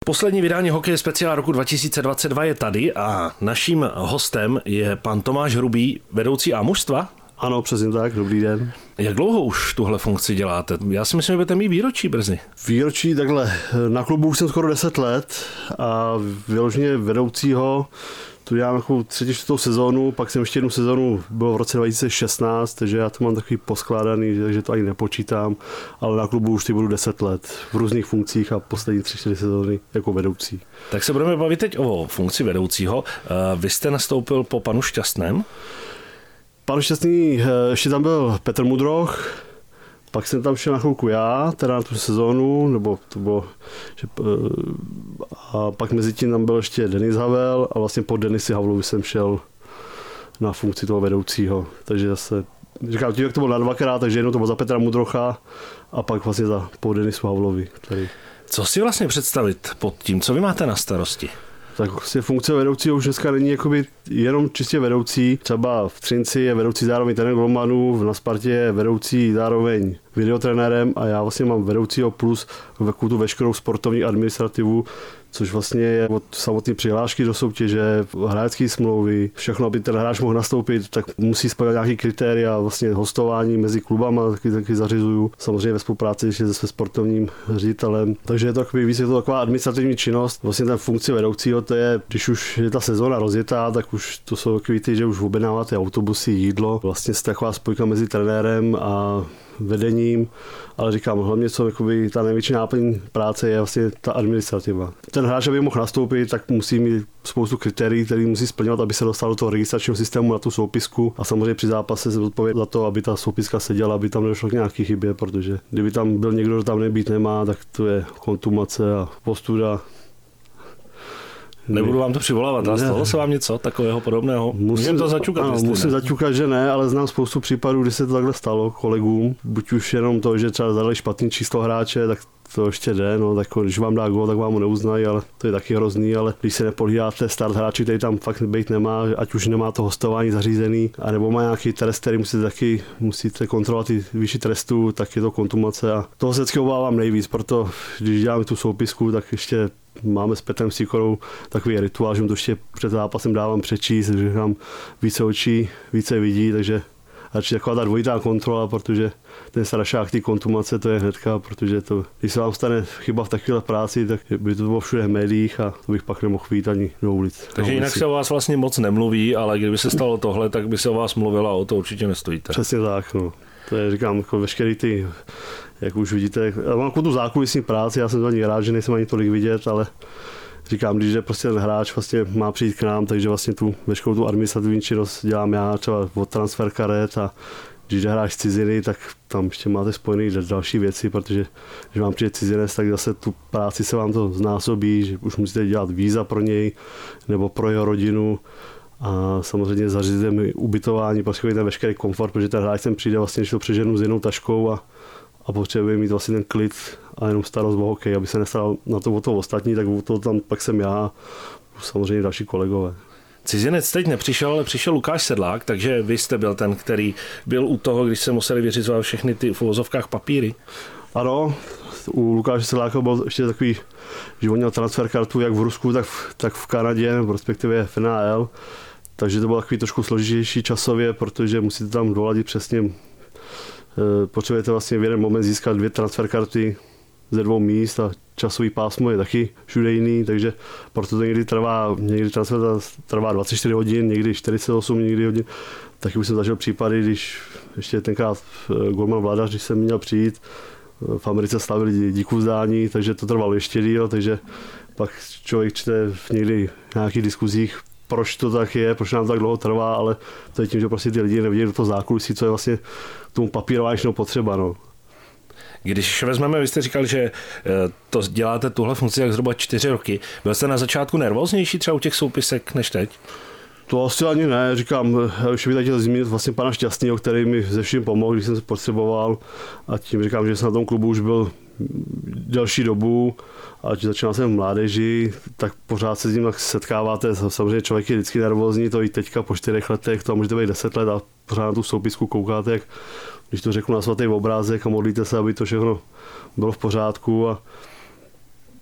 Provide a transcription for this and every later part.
Poslední vydání Hokej speciál roku 2022 je tady a naším hostem je pan Tomáš Hrubý, vedoucí A mužstva. Ano, přesně tak, dobrý den. Jak dlouho už tuhle funkci děláte? Já si myslím, že budete mít výročí brzy. Výročí takhle, na klubu už jsem skoro 10 let a vyloženě vedoucího tu dělám takovou 3. sezónu, pak jsem ještě jednu sezónu byl v roce 2016, takže já to mám takový poskládaný, takže to ani nepočítám, ale na klubu už ty budu 10 let v různých funkcích a poslední 3-4 sezóny jako vedoucí. Tak se budeme bavit teď o funkci vedoucího. Vy jste nastoupil po panu Šťastném? Pan Šťastný, ještě tam byl Petr Mudroch, pak jsem tam šel na chvilku já, teda na tu sezónu, nebo to bylo, že, a pak mezi tím tam byl ještě Denis Havel a vlastně po Denisi Havlovi jsem šel na funkci toho vedoucího. Takže zase, říkám tím, jak to bylo na dvakrát, takže jednou to bylo za Petra Mudrocha a pak vlastně po Denisu Havlovi. Tady. Co si vlastně představit pod tím, co vy máte na starosti? Tak vlastně funkce vedoucího už dneska není jakoby jenom čistě vedoucí. Třeba v Třinci je vedoucí zároveň trenér golmanů, na Spartě je vedoucí zároveň videotrenérem a já vlastně mám vedoucího plus tu veškerou sportovní administrativu, což vlastně je od samotné přihlášky do soutěže, hráčské smlouvy, všechno, aby ten hráč mohl nastoupit, tak musí splňovat nějaký kritéria, vlastně hostování mezi klubama taky zařizuju, samozřejmě ve spolupráci se sportovním ředitelem. Takže je to taková administrativní činnost. Vlastně ta funkce vedoucího, to je, když už je ta sezóna rozjetá, tak už to jsou takový ty, že už objednáváte autobusy, jídlo, vlastně je taková spojka mezi trenérem a vedením, ale říkám, hlavně co jakoby, ta největší náplň práce je vlastně ta administrativa. Ten hráč, aby mohl nastoupit, tak musí mít spoustu kritérií, které musí splňovat, aby se dostal do toho registračního systému na tu soupisku a samozřejmě při zápase se zodpovědět za to, aby ta soupiska seděla, aby tam nedošlo k nějaký chybě, protože kdyby tam byl někdo, kdo tam nebýt nemá, tak to je kontumace a postuda. Nebudu vám to přivolávat, ale stalo se vám něco takového podobného? Musím to zaťukat. Ano, musím zaťukat, že ne, ale znám spoustu případů, kdy se to takhle stalo kolegům. Buď už jenom to, že třeba zadali špatný číslo hráče, tak to ještě jde, no, tak když vám dá gól, tak vám ho neuznají, ale to je taky hrozný, ale když se nepodíváte start hráči, který tam fakt být nemá, ať už nemá to hostování zařízený, anebo má nějaký trest, který musíte kontrolovat i výši trestu, tak je to kontumace a toho se vždycky obávám nejvíc, proto když dělám tu soupisku, tak ještě máme s Petrem Sikorou takový rituál, že mu to ještě před zápasem dávám přečíst, že říkám více očí, více vidí, takže radši taková ta dvojitá kontrola, protože ten strašák, ty kontumace, to je hnedka, protože to, když se vám stane chyba v takové práci, tak by to bylo všude v médiích a to bych pak nemohl vít ani do ulic. Takže jinak se o vás vlastně moc nemluví, ale kdyby se stalo tohle, tak by se o vás mluvilo a o to určitě nestojíte. Přesně tak, no. To je, říkám, jako veškerý ty, jak už vidíte, já mám jako tu zákulisní práci, já jsem za ní rád, že nejsem ani tolik vidět, ale říkám, když je prostě ten hráč vlastně má přijít k nám, takže vlastně tu veškerou tu administrativní činnost dělám já, třeba od transfer karet a když jde hráč z ciziny, tak tam ještě máte spojené další věci, protože když vám přijde cizinec, tak zase tu práci se vám to znásobí, že už musíte dělat víza pro něj nebo pro jeho rodinu a samozřejmě zařízujeme ubytování, potřebujete veškerý komfort, protože ten hráč sem přijde vlastně, když to přeženu s jednou taškou a potřebuje mít vlastně ten klid a jenom starost o hokej, aby se nestal na to o to ostatní, tak o to tam pak jsem já, samozřejmě další kolegové. Cizinec teď nepřišel, ale přišel Lukáš Sedlák, takže vy jste byl ten, který byl u toho, když se museli vyřizovat všechny ty v uvozovkách papíry. Ano, u Lukáše Sedláka byl ještě takový, že on měl transfer kartu jak v Rusku, tak v Kanadě, nebo respektive v NHL, takže to bylo takový trošku složitější časově, protože musíte tam doladit přesně, potřebujete vlastně v jeden moment získat 2 transfer karty ze 2 míst a časový pásmo je taky všude jiný, takže proto to někdy transfer trvá 24 hodin, někdy 48 někdy hodin. Taky už jsem zažil případy, když ještě tenkrát golman Vladař, když jsem měl přijít, v Americe slavili díku vzdání, takže to trvalo ještě díl, takže pak člověk čte v někdy nějakých diskuzích, proč to tak je, proč nám tak dlouho trvá, ale to je tím, že prostě ty lidi nevidí do toho zákulisí, co je vlastně k tomu papírování potřeba. No. Když vezmeme, vy jste říkal, že to děláte tuhle funkci jak zhruba 4 roky. Byl jste na začátku nervóznější třeba u těch soupisek než teď? To asi ani ne, říkám, už bych chtěl zmínit vlastně pana Šťastného, který mi ze vším pomohl, když jsem se potřeboval a tím říkám, že jsem na tom klubu už byl delší dobu a začínal jsem v mládeži, tak pořád se s ním setkáváte, samozřejmě člověk je vždycky nervózní, to i teďka po 4 letech, to můžete být 10 let a pořád na tu soupisku koukáte, jak když to řeknu na svatý obrázek a modlíte se, aby to všechno bylo v pořádku a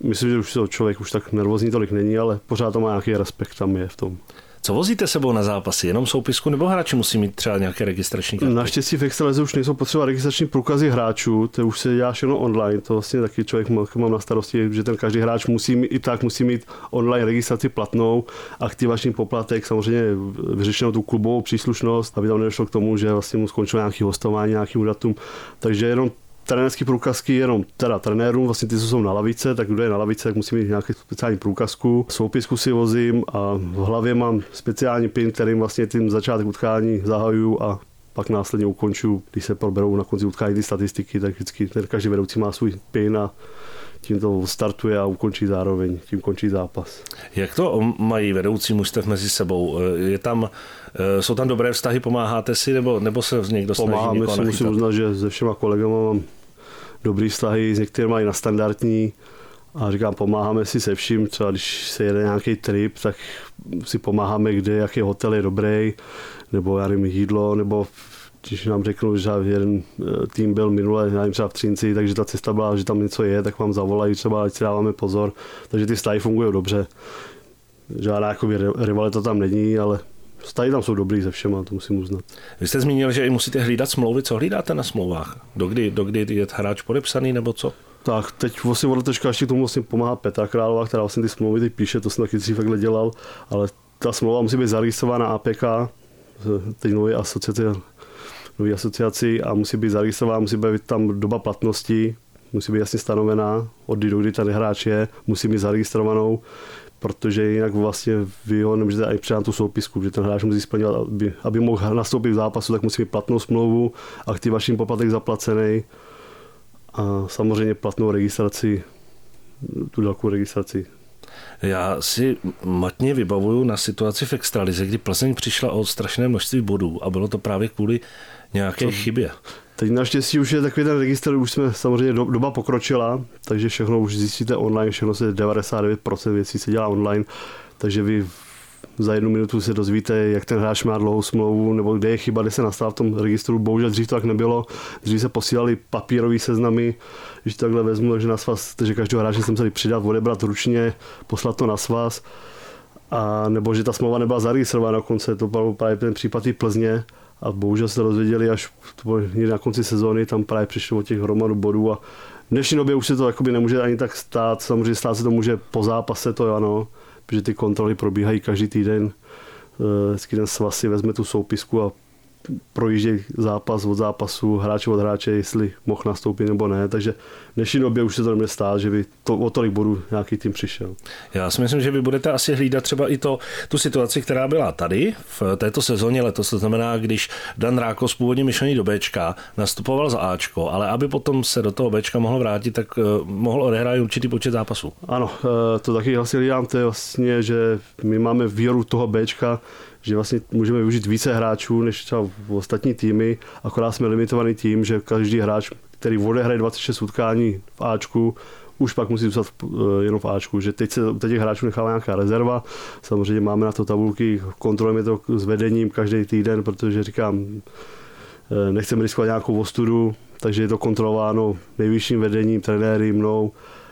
myslím, že už to člověk už tak nervózní tolik není, ale pořád to má nějaký respekt, tam je v tom. Co vozíte sebou na zápasy? Jenom soupisku nebo hráči musí mít třeba nějaké registrační karty? Naštěstí v extralize už nejsou potřeba registrační průkazy hráčů, to už se dělá všechno online, to vlastně taky člověk mám na starosti, že ten každý hráč musí mít online registraci platnou, aktivační poplatek, samozřejmě vyřešenou tu klubovou příslušnost, aby tam nedošlo k tomu, že vlastně mu skončilo nějaký hostování, nějaký datum, takže jenom trenérský průkazky jenom teda trenérům, vlastně ty, co jsou na lavice, tak kdo je na lavice, tak musí mít nějaký speciální průkazku. Soupisku si vozím a v hlavě mám speciální pin, kterým vlastně tím začátek utkání zahajuju a pak následně ukončuju, když se proberou na konci utkání ty statistiky, tak vždycky každý vedoucí má svůj pin a tím to startuje a ukončí zároveň, tím končí zápas. Jak to mají vedoucí mužstev mezi sebou? Jsou tam dobré vztahy, pomáháte si, nebo se někdo snaží někoho nachytat? Pomáháme si, musím uznat, že se všema kolegama mám dobrý vztahy, s některými mají na standardní a říkám, pomáháme si se vším, třeba když se jede nějaký trip, tak si pomáháme, kde, jaký hotel je dobrý, nebo já nevím, jídlo, nebo když nám řeknou, že jeden tým byl minule, já nevím, třeba v Třinci, takže ta cesta byla, že tam něco je, tak vám zavolají třeba, ať si dáváme pozor, takže ty vztahy fungují dobře. Žádná rivalita tam není, ale vztahy tam jsou dobrý se všema, to musím uznat. Vy jste zmínil, že i musíte hlídat smlouvy. Co hlídáte na smlouvách? Dokdy je hráč podepsaný nebo co? Tak teď vlastně od letoška ještě k tomu vlastně pomáhá Petra Králová, která vlastně ty smlouvy teď píše, to jsem taky dřív takhle dělal, ale ta smlouva musí být zaregistrována APK, teď nové asociaci a musí být zaregistrována, musí být tam doba platnosti, musí být jasně stanovená, od kdy ten hráč je, musí být zaregistrovanou, protože jinak vlastně vy ho nemůžete ani přidat tu soupisku, že ten hráč musí splňovat, aby mohl nastoupit v zápasu, tak musí mít platnou smlouvu, aktivační poplatek zaplacený a samozřejmě platnou registraci, tu dálkovou registraci. Já si matně vybavuju na situaci v extralize, kdy Plzeň přišla o strašné množství bodů a bylo to právě kvůli nějaké chybě. Teď naštěstí už je takový ten registr, už jsme samozřejmě doba pokročila, takže všechno už zjistíte online, všechno se 99% věcí se dělá online, takže vy za 1 minutu se dozvíte, jak ten hráč má dlouhou smlouvu, nebo kde je chyba, kde se nastala v tom registru. Bohužel dřív to tak nebylo, dřív se posílali papírové seznamy, když to takhle vezmu, takže na svaz, takže každého hráče jsem museli přidat, odebrat ručně, poslat to na svaz, a nebo že ta smlouva nebyla zaregistrována dokonce, to byl právě ten případ i Plzně, a bohužel se to dozvěděli až to bylo někdy na konci sezóny, tam právě přišlo od těch hromadu bodů a v dnešní době už se to jakoby nemůže ani tak stát, samozřejmě stát se to může po zápase, to ano, protože ty kontroly probíhají každý týden, vždycky ten svaz si vezme tu soupisku a projíždějí zápas od zápasu, hráče od hráče, jestli mohl nastoupit nebo ne, takže v dnešní době už se to nemůže stát, že by o tolik bodů nějaký tým přišel. Já si myslím, že vy budete asi hlídat třeba i tu situaci, která byla tady v této sezóně letos, to znamená, když Dan Rákos původně myšlený do Bčka nastupoval za Ačko, ale aby potom se do toho Bčka mohl vrátit, tak mohl odehrát určitý počet zápasů. Ano, to taky vlastně hlídám, to je vlastně, že my máme výhodu toho Bčka, že vlastně můžeme využít více hráčů než třeba v ostatní týmy, akorát jsme limitovaný tím, že každý hráč, který odehraje 26 utkání v Ačku, už pak musí zůstat jenom v Ačku, že teď se u těch hráčů nechává nějaká rezerva, samozřejmě máme na to tabulky, kontrolujeme to s vedením každý týden, protože říkám, nechceme riskovat nějakou ostudu, takže je to kontrolováno nejvyšším vedením, trenéry, mnou,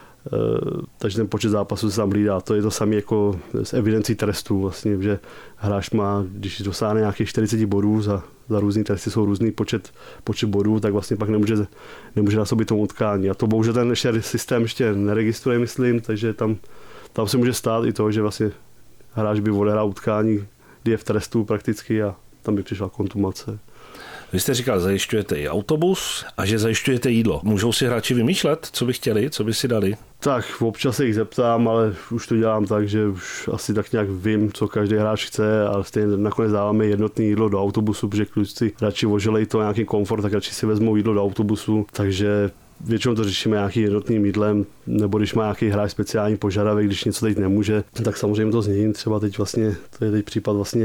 takže ten počet zápasů se tam hlídá. To je to samé jako s evidencí trestů, vlastně, že hráč má, když dosáhne nějakých 40 bodů, za různý tresty jsou různý počet bodů, tak vlastně pak nemůže nasobit tomu utkání. A to bohužel ten systém ještě neregistruje, myslím, takže tam se může stát i to, že vlastně hráč by odehrál utkání, kdy je v trestu prakticky a tam by přišla kontumace. Vy jste říkal, zajišťujete i autobus a že zajišťujete jídlo. Můžou si hráči vymýšlet, co by chtěli, co by si dali? Tak občas se jich zeptám, ale už to dělám tak, že už asi tak nějak vím, co každý hráč chce, ale stejně nakonec dáváme jednotné jídlo do autobusu, protože kluci radši oželej to nějaký komfort, tak radši si vezmou jídlo do autobusu, takže většinou to řešíme nějakým jednotným jídlem, nebo když má nějaký hráč speciální požadavek, když něco teď nemůže, tak samozřejmě to změním. Třeba teď vlastně, to je teď případ vlastně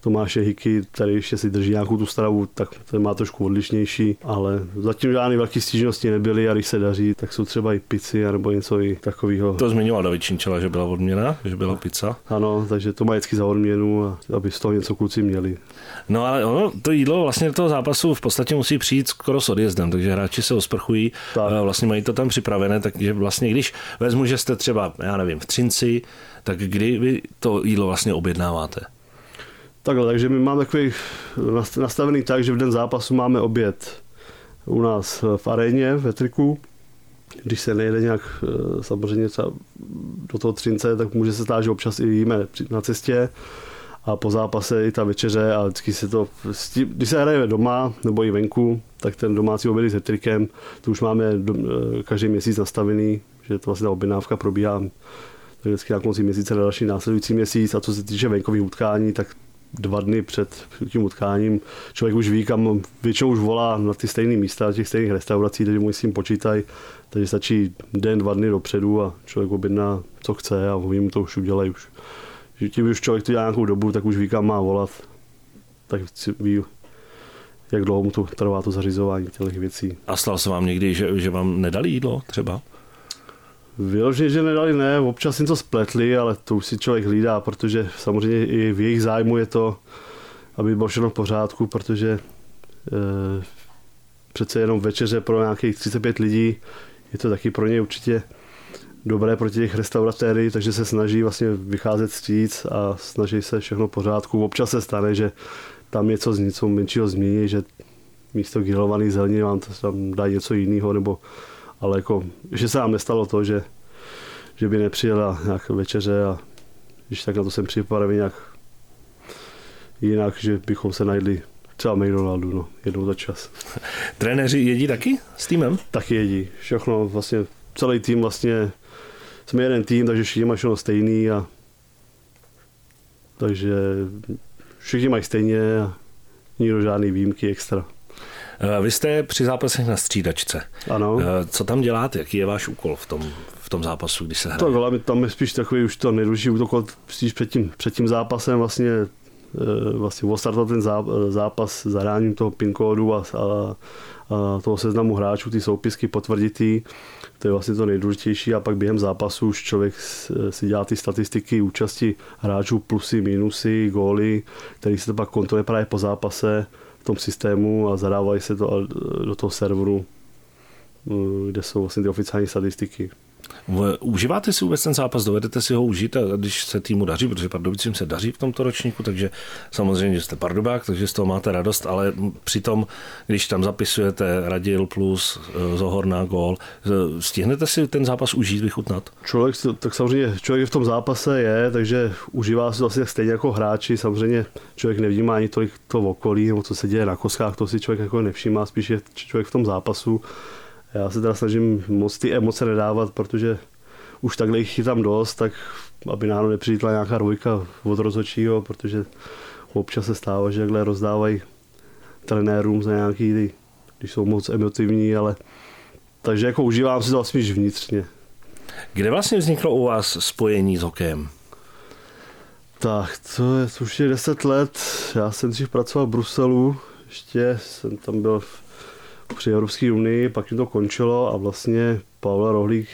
Tomáše Hiky, tady ještě si drží nějakou tu stravu, tak ten má trošku odlišnější, ale zatím žádné velké stížnosti nebyly a když se daří, tak jsou třeba i pici nebo něco i takového. To zmiňoval David Činčela, že byla odměna, že byla pizza. Ano, takže to má vždycky za odměnu, a aby z toho něco kluci měli. No ale ono, to jídlo vlastně do toho zápasu v podstatě musí přijít skoro s odjezdem, takže hráči se osprchují, vlastně mají to tam připravené, takže vlastně když vezmu, že jste třeba, já nevím, v Třinci, tak kdy vy to jídlo vlastně objednáváte? Takhle, takže my máme takový nastavený tak, že v den zápasu máme oběd u nás v aréně, ve triku. Když se nejde nějak samozřejmě do toho Třince, tak může se stát, že občas i jíme na cestě a po zápase i ta večeře a vždycky se to, když se hraje doma nebo i venku, tak ten domácí oběd s trikem, to už máme každý měsíc nastavený, že to vlastně ta objednávka probíhá vždycky na konci měsíce na další následující měsíc a co se týče venkových utkání, tak 2 dny před tím utkáním člověk už ví, kam většinou už volá na ty stejné místa, těch stejných restaurací, takže mu s tím počítají, takže stačí den, 2 dny dopředu a člověk objedná, co chce a oni mu to už udělají. Už. Tím už člověk to dělá nějakou dobu, tak už ví, kam má volat, tak ví, jak dlouho mu to trvá to zařizování těch věcí. A stalo se vám někdy, že vám nedali jídlo třeba? Vyloženě, že nedali, ne, občas jim to spletli, ale to už si člověk hlídá, protože samozřejmě i v jejich zájmu je to, aby bylo všechno v pořádku, protože přece jenom večeře pro nějakých 35 lidí je to taky pro ně určitě dobré pro těch restauratéry, takže se snaží vlastně vycházet vstříc a snaží se všechno v pořádku. Občas se stane, že tam něco menšího změní, že místo grilovaný zeleniny vám to tam dají něco jiného, nebo ale jako, že se nám nestalo to, že by nepřijela nějaké večeře a když tak na to jsem připravený nějak jinak, že bychom se najdli třeba McDonaldu, no, jednou za čas. Trenéři jedí taky s týmem? Taky jedí. Všechno vlastně, celý tým vlastně, jsme jeden tým, takže všichni mají všechno stejný a takže všichni mají stejně a nikdo žádný výjimky extra. Vy jste při zápasech na střídačce. Ano. Co tam děláte? Jaký je váš úkol v tom zápasu, když se hraje? Tak, tam je spíš takový už to nejdůležitější úkol spíš před tím zápasem vlastně odstartovat ten zápas zahráním toho PIN kódu a toho seznamu hráčů, ty soupisky potvrditý. To je vlastně to nejdůležitější a pak během zápasu už člověk si dělá ty statistiky účasti hráčů, plusy, minusy, góly, který se to pak kontroluje právě po zápase v tom systému a zadávají se to do toho serveru, kde jsou vlastně ty oficiální statistiky. Užíváte si vůbec ten zápas, dovedete si ho užít, a když se týmu daří, protože Pardubicím se daří v tomto ročníku, takže samozřejmě jste Pardubák, takže z toho máte radost, ale přitom, když tam zapisujete Radil plus Zohorna gól, stihnete si ten zápas užít, vychutnat? Tak samozřejmě člověk v tom zápase je, takže užívá si to asi stejně jako hráči, samozřejmě člověk nevnímá ani tolik to okolí, nebo co se děje na koskách, to si člověk jako nevšímá, spíš je člověk v tom zápasu. Já se teda snažím moc ty emoce nedávat, protože už takhle jich chytám dost, tak aby náhodou nepřijítla nějaká dvojka od rozhodčího, protože občas se stává, že takhle rozdávají trenérům za nějaký, když jsou moc emotivní, ale takže jako užívám si to spíš vnitřně. Kde vlastně vzniklo u vás spojení s hokejem? Tak, to už je 10 let. Já jsem dřív pracoval v Bruselu, ještě jsem tam byl při Evropské unii, pak mi to končilo a vlastně Pavel Rohlík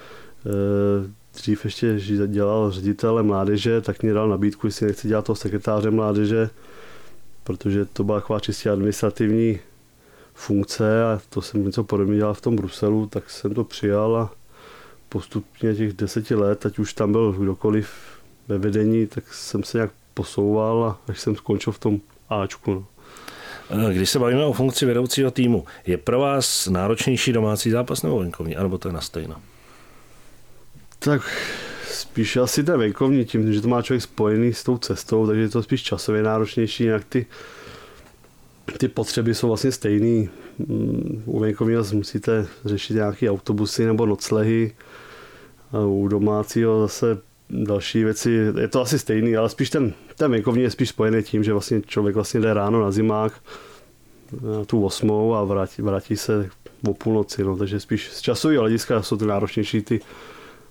dřív ještě dělal ředitele mládeže, tak mě dal nabídku, jestli nechci dělat toho sekretáře mládeže, protože to byla taková čistě administrativní funkce a to jsem něco podobně dělal v tom Bruselu, tak jsem to přijal a postupně těch 10 let, ať už tam byl kdokoliv ve vedení, tak jsem se nějak posouval a až jsem skončil v tom Ačku. No. Když se bavíme o funkci vedoucího týmu, je pro vás náročnější domácí zápas nebo venkovní, anebo to je na stejno? Tak spíš asi ten venkovní, tím, že to má člověk spojený s tou cestou, takže je to spíš časově náročnější, jinak ty potřeby jsou vlastně stejný. U venkovního musíte řešit nějaké autobusy nebo noclehy, a u domácího zase další věci, je to asi stejný, ale spíš ten venkovní je spíš spojený tím, že vlastně člověk vlastně jde ráno na zimák na tu 8 a vrátí se o půlnoci, no, takže spíš z časového hlediska jsou ty náročnější ty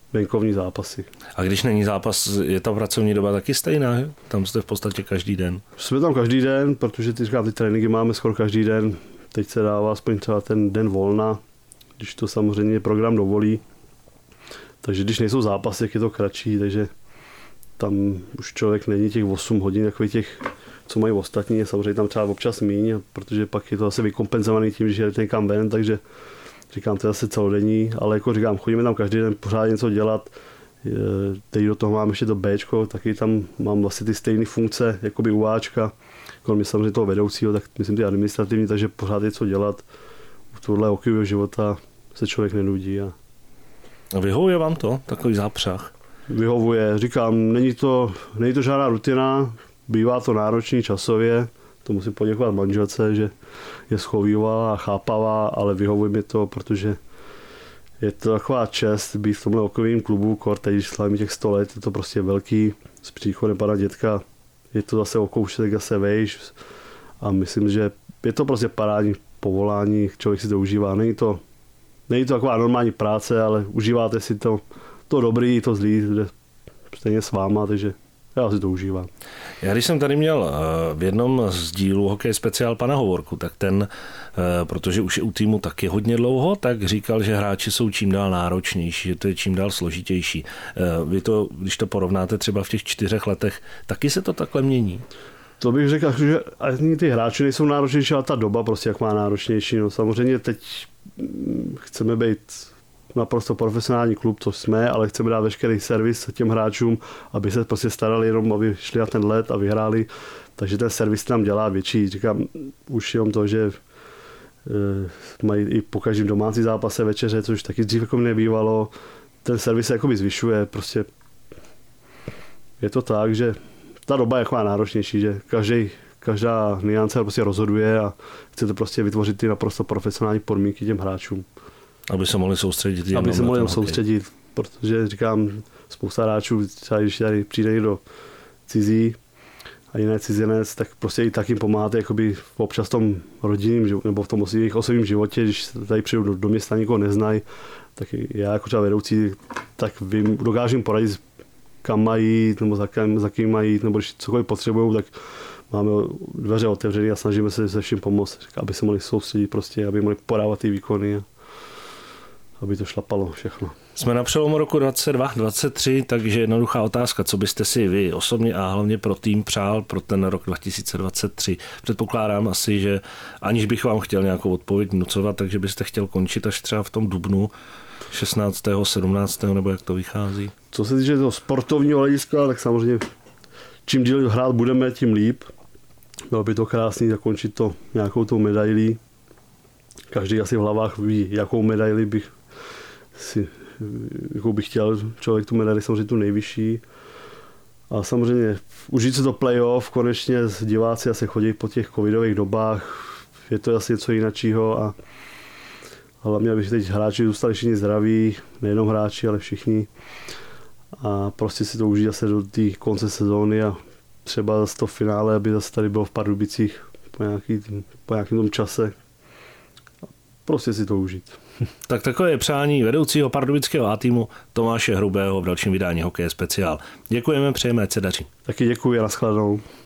venkovní zápasy. A když není zápas, je ta pracovní doba taky stejná? Že? Tam jste v podstatě každý den. Jsme tam každý den, protože ty tréninky máme skoro každý den. Teď se dává aspoň třeba ten den volna, když to samozřejmě program dovolí. Takže když nejsou zápasy, jak je to kratší, takže tam už člověk není těch 8 hodin, takový těch, co mají ostatní, samozřejmě tam třeba občas míň, protože pak je to zase vykompenzovaný tím, že jdete někam ven, takže říkám, to je zase celodenní, ale jako říkám, chodíme tam každý den pořád něco dělat. Teď do toho mám ještě to Bčko, taky tam mám vlastně ty stejné funkce, jakoby u Ačka, kromě samozřejmě toho vedoucího, tak myslím ty administrativní, takže pořád je co dělat. U tohle hokejového života se člověk nenudí. A vyhovuje vám to, takový zápřah? Vyhovuje, říkám, není to žádná rutina, bývá to náročný časově, to musím poděkovat manželce, že je schovývá a chápavá, ale vyhovuje mi to, protože je to taková čest být v tomhle hokejovém klubu, teď když slavíme těch 100 let, je to prostě velký, s příchodem pana dětka, je to zase okoušek, zase vejš a myslím, že je to prostě parádní povolání, člověk si to užívá, není to taková normální práce, ale užíváte si to dobrý, to zlý, stejně s váma, takže já si to užívám. Já když jsem tady měl v jednom z dílů Hokej speciál pana Hovorku, tak ten, protože už je u týmu taky hodně dlouho, tak říkal, že hráči jsou čím dál náročnější, že to je čím dál složitější. Vy to, když to porovnáte třeba v těch 4 letech, taky se to takhle mění? To bych řekl, že ani ty hráči nejsou náročnější, ale ta doba prostě jak má náročnější. No, samozřejmě teď chceme být naprosto profesionální klub, to jsme, ale chceme dát veškerý servis těm hráčům, aby se prostě starali jenom, aby šli na ten let a vyhráli. Takže ten servis nám dělá větší. Říkám, už jenom to, že mají i po každém domácí zápase večeře, což taky dřív jako nebývalo. Ten servis se jakoby zvyšuje, prostě je to tak, že ta doba je jako náročnější, že každá niance prostě rozhoduje a chcete prostě vytvořit ty naprosto profesionální podmínky těm hráčům. Aby se mohli soustředit. Aby se mohli soustředit, protože říkám, spousta hráčů, třeba když tady přijde někdo cizí a jiné cizinec, tak prostě i tak jim pomáháte jakoby občas v tom rodinném nebo v tom jejich osobním životě, když tady přijdou do města, nikoho neznají, tak já jako třeba vedoucí, tak dokážu poradit, kam mají jít, nebo za kým mají jít, nebo když cokoliv potřebují, tak máme dveře otevřené a snažíme se vším pomoct, aby se mohli soustředit prostě, aby mohli podávat ty výkony a aby to šlapalo všechno. Jsme na přelomu roku 22-23, takže jednoduchá otázka, co byste si vy osobně a hlavně pro tým přál pro ten rok 2023. Předpokládám asi, že aniž bych vám chtěl nějakou odpověď nucovat, takže byste chtěl končit až třeba v tom dubnu 16. 17. nebo jak to vychází? Co se týče toho sportovního hlediska, tak samozřejmě čím díl hrát budeme, tím líp. Bylo by to krásný zakončit to nějakou tou medailí. Každý asi v hlavách ví, jakou medaili jakou bych chtěl člověk tu medaili, samozřejmě tu nejvyšší. A samozřejmě užít se to playoff, konečně diváci asi chodí po těch covidových dobách, je to asi něco jiného a hlavně, aby teď hráči zůstali všichni zdraví, nejenom hráči, ale všichni. A prostě si to užít zase do té konce sezóny a třeba zase to finále, aby zase tady bylo v Pardubicích po nějakém tom čase. Prostě si to užít. Tak takové je přání vedoucího pardubického A-týmu Tomáše Hrubého v dalším vydání Hokeje speciál. Děkujeme, přejeme, ať se daří. Taky děkuji a nashledanou.